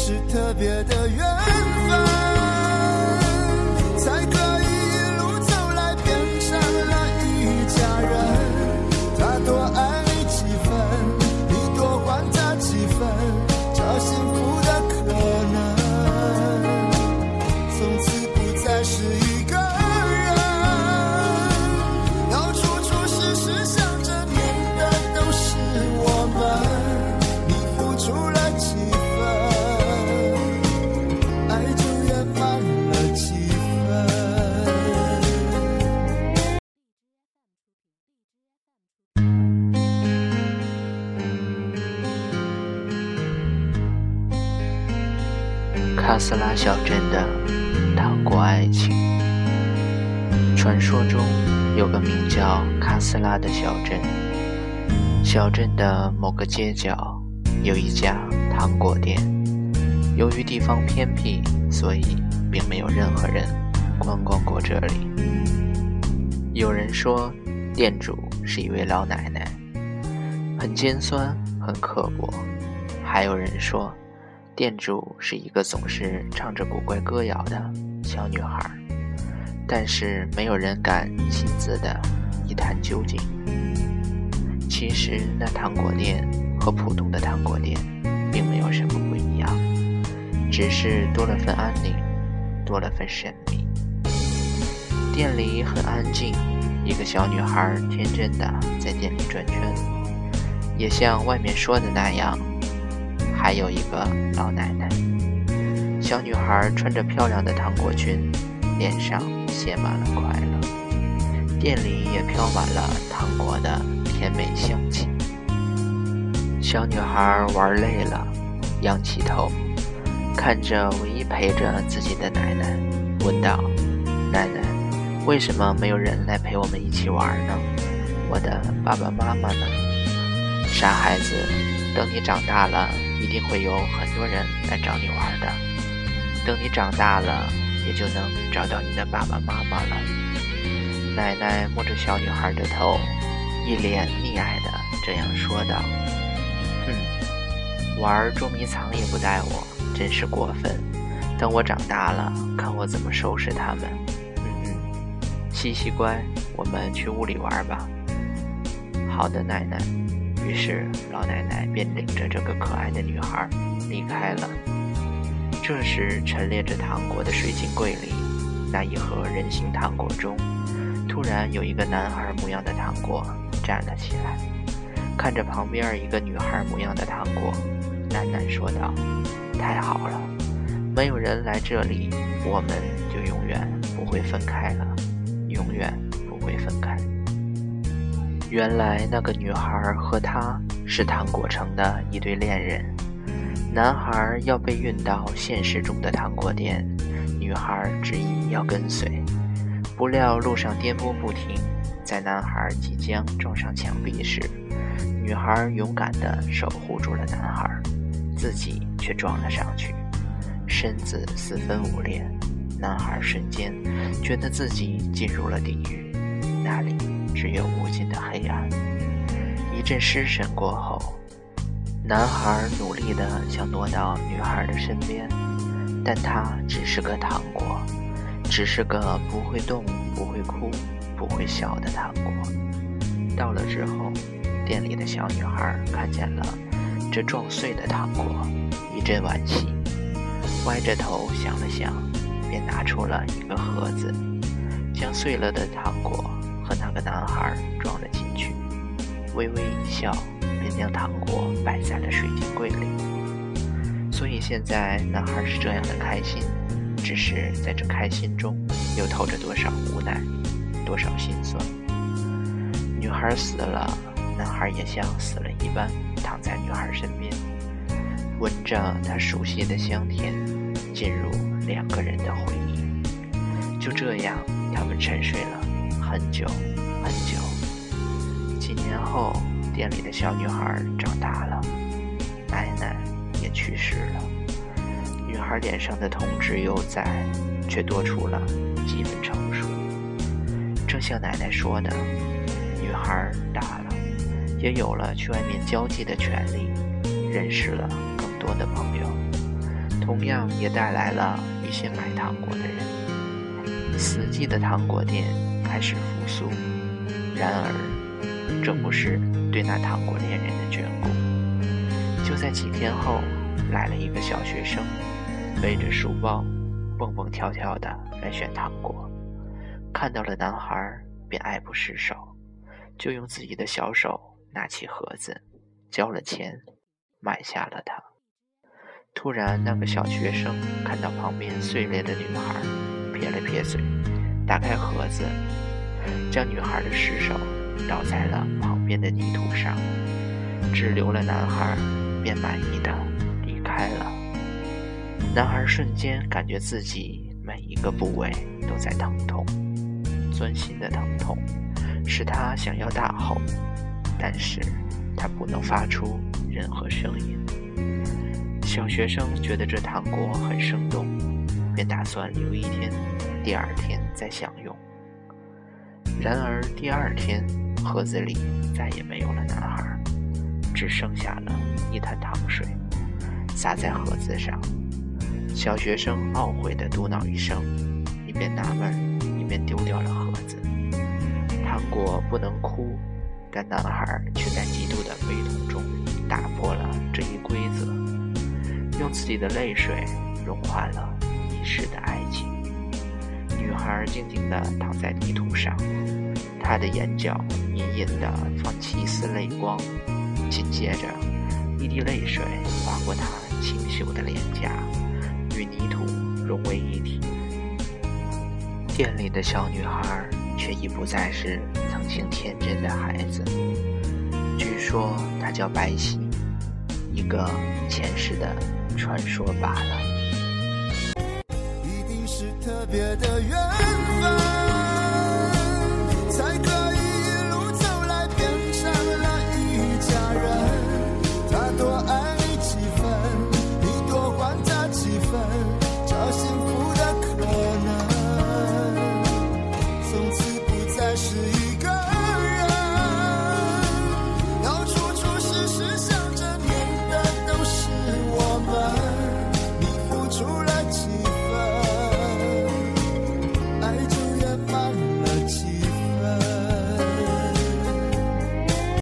是特别的缘分，才可以一路走来变成了一家人。他多爱你几分，你多还他几分，这幸福的可能，从此不再是一个人，要处处时时想着念的都是我们。你付出了几分，爱就圆满了几分。喀斯拉小镇的糖果爱情。传说中有个名叫喀斯拉的小镇，小镇的某个街角有一家糖果店。由于地方偏僻，所以并没有任何人观光过这里。有人说店主是一位老奶奶，很尖酸很刻薄，还有人说店主是一个总是唱着古怪歌谣的小女孩，但是没有人敢亲自的一探究竟。其实那糖果店和普通的糖果店并没有什么不一样，只是多了份安宁，多了份神秘。店里很安静，一个小女孩天真的在店里转圈，也像外面说的那样，还有一个老奶奶。小女孩穿着漂亮的糖果裙，脸上写满了快乐，店里也飘满了糖果的甜美香气。小女孩玩累了，仰起头，看着唯一陪着自己的奶奶，问道：奶奶，为什么没有人来陪我们一起玩呢？我的爸爸妈妈呢？傻孩子，等你长大了，一定会有很多人来找你玩的。等你长大了，也就能找到你的爸爸妈妈了。奶奶摸着小女孩的头，一脸溺爱的这样说道：玩捉迷藏也不带我，真是过分。等我长大了，看我怎么收拾他们。西西乖，我们去屋里玩吧。好的，奶奶。于是老奶奶便领着这个可爱的女孩离开了。这时陈列着糖果的水晶柜里，那一盒人形糖果中，突然有一个男孩模样的糖果站了起来，看着旁边一个女孩模样的糖果，喃喃说道：太好了，没有人来这里，我们就永远不会分开了，永远不会分开。原来那个女孩和他是糖果城的一对恋人，男孩要被运到现实中的糖果店，女孩执意要跟随。不料路上颠簸不停，在男孩即将撞上墙壁时，女孩勇敢地守护住了男孩，自己却撞了上去，身子四分五裂。男孩瞬间觉得自己进入了地狱，那里只有无尽的黑暗。一阵失神过后，男孩努力地想挪到女孩的身边，但她只是个糖果，只是个不会动、不会哭、不会笑的糖果。到了之后，店里的小女孩看见了这撞碎的糖果，一阵惋惜，歪着头想了想，便拿出了一个盒子，将碎了的糖果和那个男孩装了进去，微微一笑，便将糖果摆在了水晶柜里。所以现在男孩是这样的开心，只是在这开心中又透着多少无奈，多少心酸。女孩死了，男孩也像死了一般躺在女孩身边，闻着她熟悉的香甜，进入两个人的回忆。就这样他们沉睡了很久很久。几年后，店里的小女孩长大了，奶奶也去世了。女孩脸上的童稚犹在，却多出了几分成熟。正像奶奶说的，女孩大了，也有了去外面交际的权利，认识了更多的朋友。 同样也带来了一些买糖果的人。死寂的糖果店开始复苏，然而这不是对那糖果恋人的眷顾。就在几天后，来了一个小学生，背着书包蹦蹦跳跳的来选糖果，看到了男孩便爱不释手，就用自己的小手拿起盒子，交了钱，买下了它。突然那个小学生看到旁边碎裂的女孩，撇了撇嘴，打开盒子，将女孩的尸首倒在了旁边的泥土上，只留了男孩，便满意的离开了。男孩瞬间感觉自己每一个部位都在疼痛，钻心的疼痛使他想要大吼，但是他不能发出任何声音。小学生觉得这糖果很生动，便打算留一天，第二天再享用。然而第二天，盒子里再也没有了男孩，只剩下了一滩糖水洒在盒子上。小学生懊悔地嘟囔一声，一边纳闷一边丢掉了盒子。糖果不能哭，但男孩却在极度的悲痛中打破了这一规则，用自己的泪水融化了一世的爱情。女孩静静地躺在泥土上，她的眼角隐隐地放起一丝泪光，紧接着一滴泪水划过她清秀的脸颊，与泥土融为一体。店里的小女孩却已不再是曾经天真的孩子，据说她叫白皙，一个前世的传说罢了。 一定是特别的缘分。